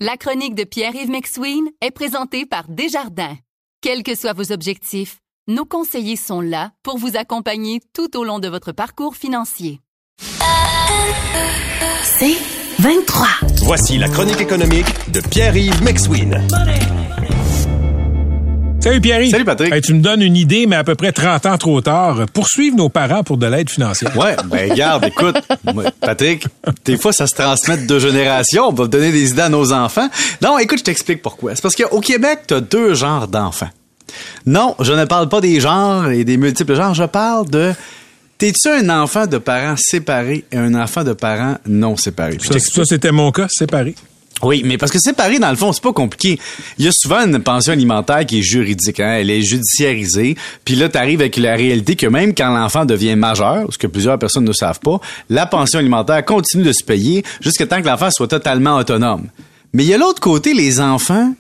La chronique de Pierre-Yves McSween est présentée par Desjardins. Quels que soient vos objectifs, nos conseillers sont là pour vous accompagner tout au long de votre parcours financier. C'est 23. Voici la chronique économique de Pierre-Yves McSween. Salut Pierre-Yves. Salut Patrick. Hey, tu me donnes une idée, mais à peu près 30 ans trop tard. Poursuivre nos parents pour de l'aide financière. Ouais, ben regarde, écoute, Patrick, des fois ça se transmet de générations. On va donner des idées à nos enfants. Non, écoute, je t'explique pourquoi. C'est parce qu'au Québec, t'as 2 genres d'enfants. Non, je ne parle pas des genres et des multiples genres. Je parle de... T'es-tu un enfant de parents séparés et un enfant de parents non séparés? Ça, c'était mon cas, séparé. Oui, mais parce que séparer, dans le fond, c'est pas compliqué. Il y a souvent une pension alimentaire qui est juridique, hein? Elle est judiciarisée. Puis là, t'arrives avec la réalité que même quand l'enfant devient majeur, ce que plusieurs personnes ne savent pas, la pension alimentaire continue de se payer jusqu'à temps que l'enfant soit totalement autonome. Mais il y a l'autre côté, les enfants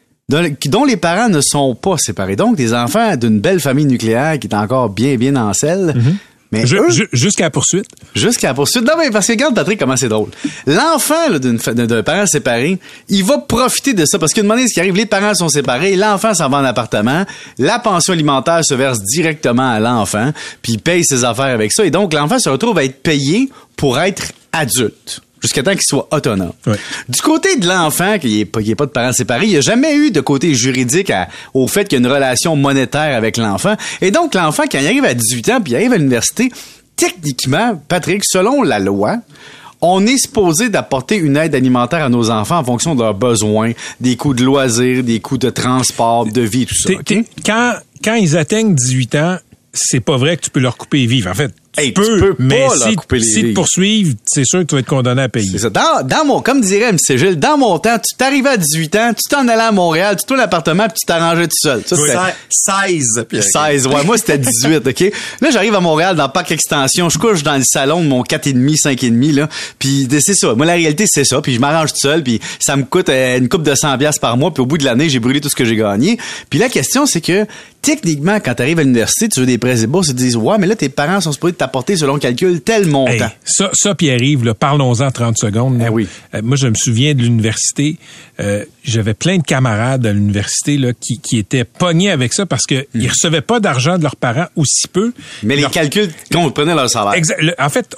dont les parents ne sont pas séparés. Donc, des enfants d'une belle famille nucléaire qui est encore bien en selle. Mm-hmm. Mais jusqu'à la poursuite. Jusqu'à la poursuite. Non, mais parce que regarde, Patrick, comment c'est drôle. L'enfant là, d'un parent séparé, il va profiter de ça parce qu'une année, ce qui arrive, les parents sont séparés, l'enfant s'en va en appartement, la pension alimentaire se verse directement à l'enfant, puis il paye ses affaires avec ça. Et donc, l'enfant se retrouve à être payé pour être adulte. Jusqu'à temps qu'il soit autonome. Ouais. Du côté de l'enfant, qui est pas de parents séparés, il n'y a jamais eu de côté juridique au fait qu'il y a une relation monétaire avec l'enfant. Et donc, l'enfant, quand il arrive à 18 ans puis il arrive à l'université, techniquement, Patrick, selon la loi, on est supposé d'apporter une aide alimentaire à nos enfants en fonction de leurs besoins, des coûts de loisirs, des coûts de transport, de vie, tout ça. Okay? Quand ils atteignent 18 ans, c'est pas vrai que tu peux leur couper les vivres. En fait, tu peux mais pas leur couper les si te poursuivent, c'est sûr que tu vas être condamné à payer. C'est ça. Comme dirait M. Gilles, dans mon temps, tu t'arrivais à 18 ans, tu t'en allais à Montréal, tu trouves l'appartement puis tu t'arrangeais tout seul. Ça, oui. 16. 16, ouais. Moi, c'était 18, OK? Là, j'arrive à Montréal dans Parc Extension, je couche dans le salon de mon 4,5, 5,5, là. Puis c'est ça. Moi, la réalité, c'est ça. Puis je m'arrange tout seul, puis ça me coûte une coupe de 100$ par mois, puis au bout de l'année, j'ai brûlé tout ce que j'ai gagné. Puis la question, c'est que techniquement, quand tu arrives à l'université, tu veux des prêts et bourses, ils te disent, ouais, mais là, tes parents sont supposés t'apporter selon le calcul tel montant. Hey, ça Pierre-Yves, là, parlons-en 30 secondes. Oui. Moi, je me souviens de l'université. J'avais plein de camarades à l'université là, qui étaient pognés avec ça parce que ils recevaient pas d'argent de leurs parents aussi peu. Mais les calculs qu'on prenait leur salaire. En fait,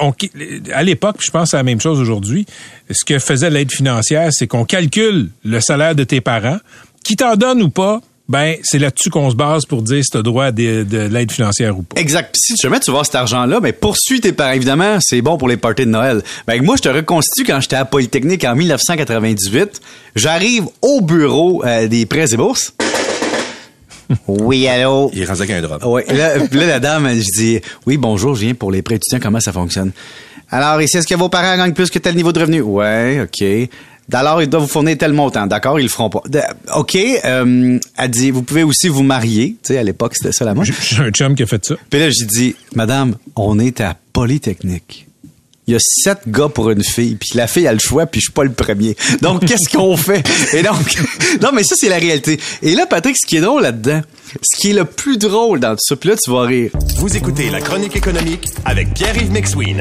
à l'époque, je pense à la même chose aujourd'hui, ce que faisait l'aide financière, c'est qu'on calcule le salaire de tes parents, qui t'en donne ou pas. Ben, c'est là-dessus qu'on se base pour dire si tu as droit à de l'aide financière ou pas. Exact. Puis si jamais tu veux cet argent-là, ben poursuis tes parents. Évidemment, c'est bon pour les parties de Noël. Ben moi, je te reconstitue quand j'étais à Polytechnique en 1998. J'arrive au bureau des prêts et bourses. Oui, allô? Il est rendu avec un drop. Oui. Là, la dame, je dis, oui, bonjour, je viens pour les prêts étudiants. Comment ça fonctionne? Alors, ici, est-ce que vos parents gagnent plus que tel niveau de revenu? Ouais, OK. Alors, ils doivent vous fournir tel montant. D'accord, ils le feront pas. OK. Elle dit, vous pouvez aussi vous marier. Tu sais, à l'époque, c'était ça la mode. J'ai un chum qui a fait ça. Puis là, j'ai dit, madame, on est à Polytechnique. Il y a 7 gars pour une fille, puis la fille a le choix, puis je suis pas le premier. Donc, qu'est-ce qu'on fait? Et donc, non, mais ça, c'est la réalité. Et là, Patrick, ce qui est drôle là-dedans, ce qui est le plus drôle dans tout ça, puis là, tu vas rire. Vous écoutez la chronique économique avec Pierre-Yves McSween.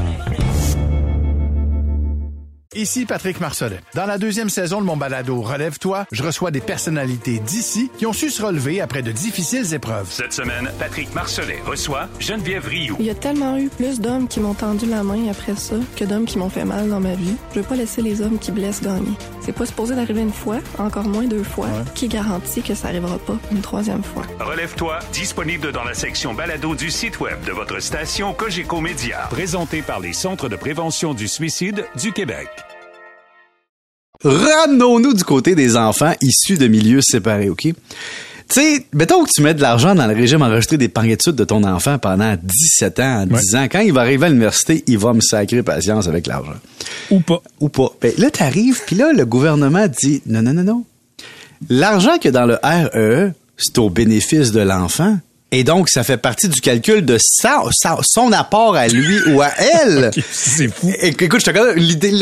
Ici Patrick Marcelet. Dans la 2e saison de mon balado Relève-toi, je reçois des personnalités d'ici qui ont su se relever après de difficiles épreuves. Cette semaine, Patrick Marcelet reçoit Geneviève Rioux. Il y a tellement eu plus d'hommes qui m'ont tendu la main après ça que d'hommes qui m'ont fait mal dans ma vie. Je veux pas laisser les hommes qui blessent gagner. C'est pas supposé d'arriver une fois, encore moins 2 fois. Ouais. Qui garantit que ça arrivera pas une 3e fois? Relève-toi, disponible dans la section balado du site web de votre station Cogeco Média. Présenté par les Centres de prévention du suicide du Québec. Ramenons-nous du côté des enfants issus de milieux séparés, OK? Tu sais, mettons que tu mets de l'argent dans le régime enregistré d'épargne études de ton enfant pendant 17 ans, 10 ans. Quand il va arriver à l'université, il va me sacrer patience avec l'argent. Ou pas. Ben là, t'arrives, puis là, le gouvernement dit non. L'argent qu'il y a dans le REE, c'est au bénéfice de l'enfant Et donc, ça fait partie du calcul de son apport à lui ou à elle. C'est fou. Écoute, je te connais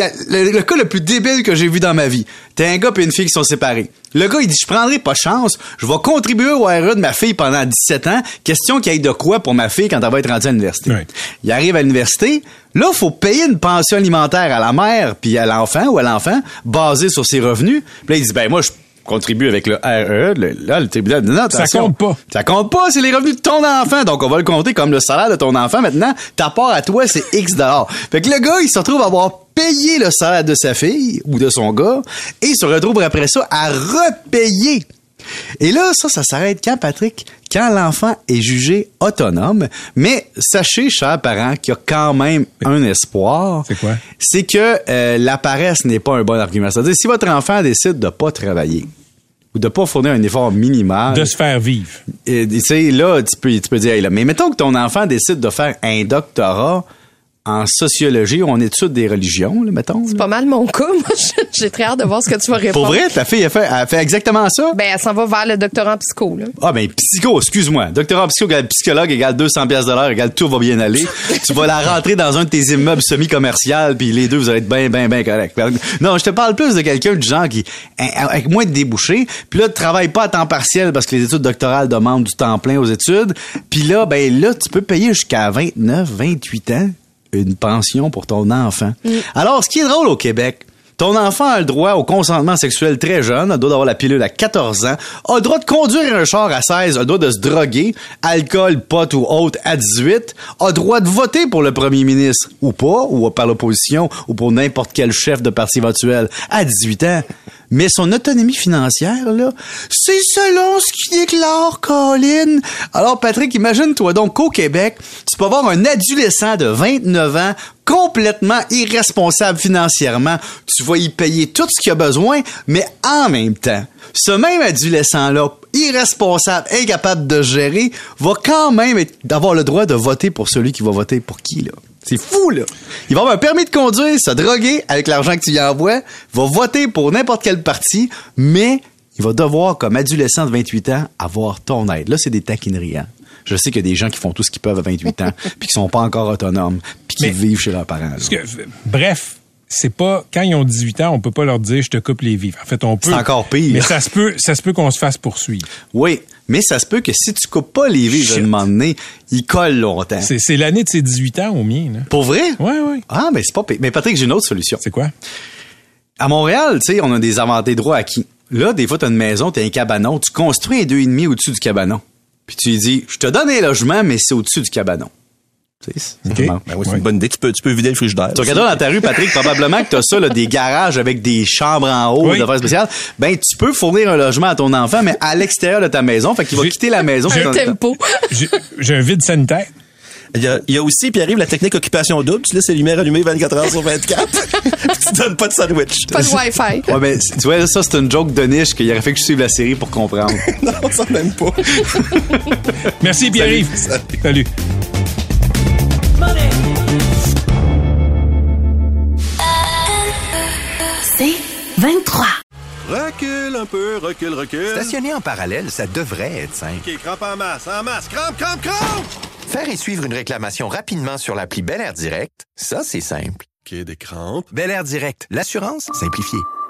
le cas le plus débile que j'ai vu dans ma vie. T'as un gars et une fille qui sont séparés. Le gars, il dit, je prendrai pas chance, je vais contribuer au RE de ma fille pendant 17 ans. Question qu'il y ait de quoi pour ma fille quand elle va être rendue à l'université. Oui. Il arrive à l'université, là, il faut payer une pension alimentaire à la mère puis à l'enfant ou à l'enfant, basée sur ses revenus. Puis là, il dit, ben moi, je contribue avec le RE, là, le tribunal dit non, ça compte pas. Ça compte pas, c'est les revenus de ton enfant. Donc, on va le compter comme le salaire de ton enfant. Maintenant, ta part à toi, c'est X $. Fait que le gars, il se retrouve à avoir payé le salaire de sa fille ou de son gars et il se retrouve après ça à repayer. Et là, ça s'arrête quand, Patrick? Quand l'enfant est jugé autonome. Mais sachez, chers parents, qu'il y a quand même un espoir. C'est quoi? C'est que la paresse n'est pas un bon argument. C'est-à-dire, si votre enfant décide de pas travailler ou de pas fournir un effort minimal... De se faire vivre. Tu sais, là, tu peux dire, hey, là, mais mettons que ton enfant décide de faire un doctorat en sociologie ou en études des religions, là, mettons. C'est pas mal mon cas. Moi, j'ai très hâte de voir ce que tu vas répondre. Pour vrai, ta fille, elle fait exactement ça? Ben, elle s'en va vers le doctorat en psycho, là. Ah, ben, psycho, excuse-moi. Doctorat en psycho égale psychologue égale $200 $, égale tout va bien aller. Tu vas la rentrer dans un de tes immeubles semi-commerciaux, puis les deux, vous allez être bien corrects. Non, je te parle plus de quelqu'un du genre qui, avec moins de débouchés, puis là, tu travailles pas à temps partiel parce que les études doctorales demandent du temps plein aux études. Puis là, ben là, tu peux payer jusqu'à 29, 28 ans une pension pour ton enfant. Alors, ce qui est drôle au Québec, ton enfant a le droit au consentement sexuel très jeune, a le droit d'avoir la pilule à 14 ans, a le droit de conduire un char à 16, a le droit de se droguer, alcool, pot ou autre à 18, a le droit de voter pour le premier ministre, ou pas, ou par l'opposition, ou pour n'importe quel chef de parti éventuel à 18 ans. Mais son autonomie financière, là, c'est selon ce qu'il déclare, Colin. Alors, Patrick, imagine-toi donc qu'au Québec, tu peux avoir un adolescent de 29 ans complètement irresponsable financièrement. Tu vas y payer tout ce qu'il a besoin, mais en même temps, ce même adolescent-là, irresponsable, incapable de gérer, va quand même avoir le droit de voter pour celui qui va voter pour qui, là? C'est fou, là. Il va avoir un permis de conduire, se droguer avec l'argent que tu lui envoies, va voter pour n'importe quel parti, mais il va devoir, comme adolescent de 28 ans, avoir ton aide. Là, c'est des taquineries, hein. Je sais qu'il y a des gens qui font tout ce qu'ils peuvent à 28 ans, puis qui sont pas encore autonomes, puis qui vivent chez leurs parents. Bref, c'est pas, quand ils ont 18 ans, on peut pas leur dire je te coupe les vivres. En fait, on peut. C'est encore pire. Mais ça se peut qu'on se fasse poursuivre. Oui. Mais ça se peut que si tu coupes pas les vivres à un moment donné, ils collent longtemps. C'est l'année de ses 18 ans au mien, là. Pour vrai? Oui. Ah, mais c'est pas pire. Mais Patrick, j'ai une autre solution. C'est quoi? À Montréal, tu sais, on a des droits acquis. Là, des fois, t'as une maison, t'as un cabanon, tu construis un 2,5 au-dessus du cabanon. Puis tu lui dis, je te donne un logement, mais c'est au-dessus du cabanon. Okay. Ben oui, c'est une bonne idée. Tu peux vider le frigidaire. Tu regarderas dans ta rue, Patrick, probablement que tu as ça, là, des garages avec des chambres en haut, des affaires spéciales. Ben, tu peux fournir un logement à ton enfant, mais à l'extérieur de ta maison. Fait qu'il va quitter la maison. J'ai un vide sanitaire. Il y a aussi, puis arrive la technique occupation double. Tu laisses les lumières allumées 24 heures sur 24. Tu donnes pas de sandwich. Pas de Wi-Fi. Ouais, mais tu vois, ça, c'est une joke de niche qu'il aurait fait que je suive la série pour comprendre. Non, ça même pas. Merci, Pierre-Yves. Salut. C'est 23. Recule un peu, recule. Stationner en parallèle, ça devrait être simple. OK, crampe en masse, crampe! Faire et suivre une réclamation rapidement sur l'appli Bel Air Direct, ça, c'est simple. OK, des crampes. Bel Air Direct, l'assurance simplifiée.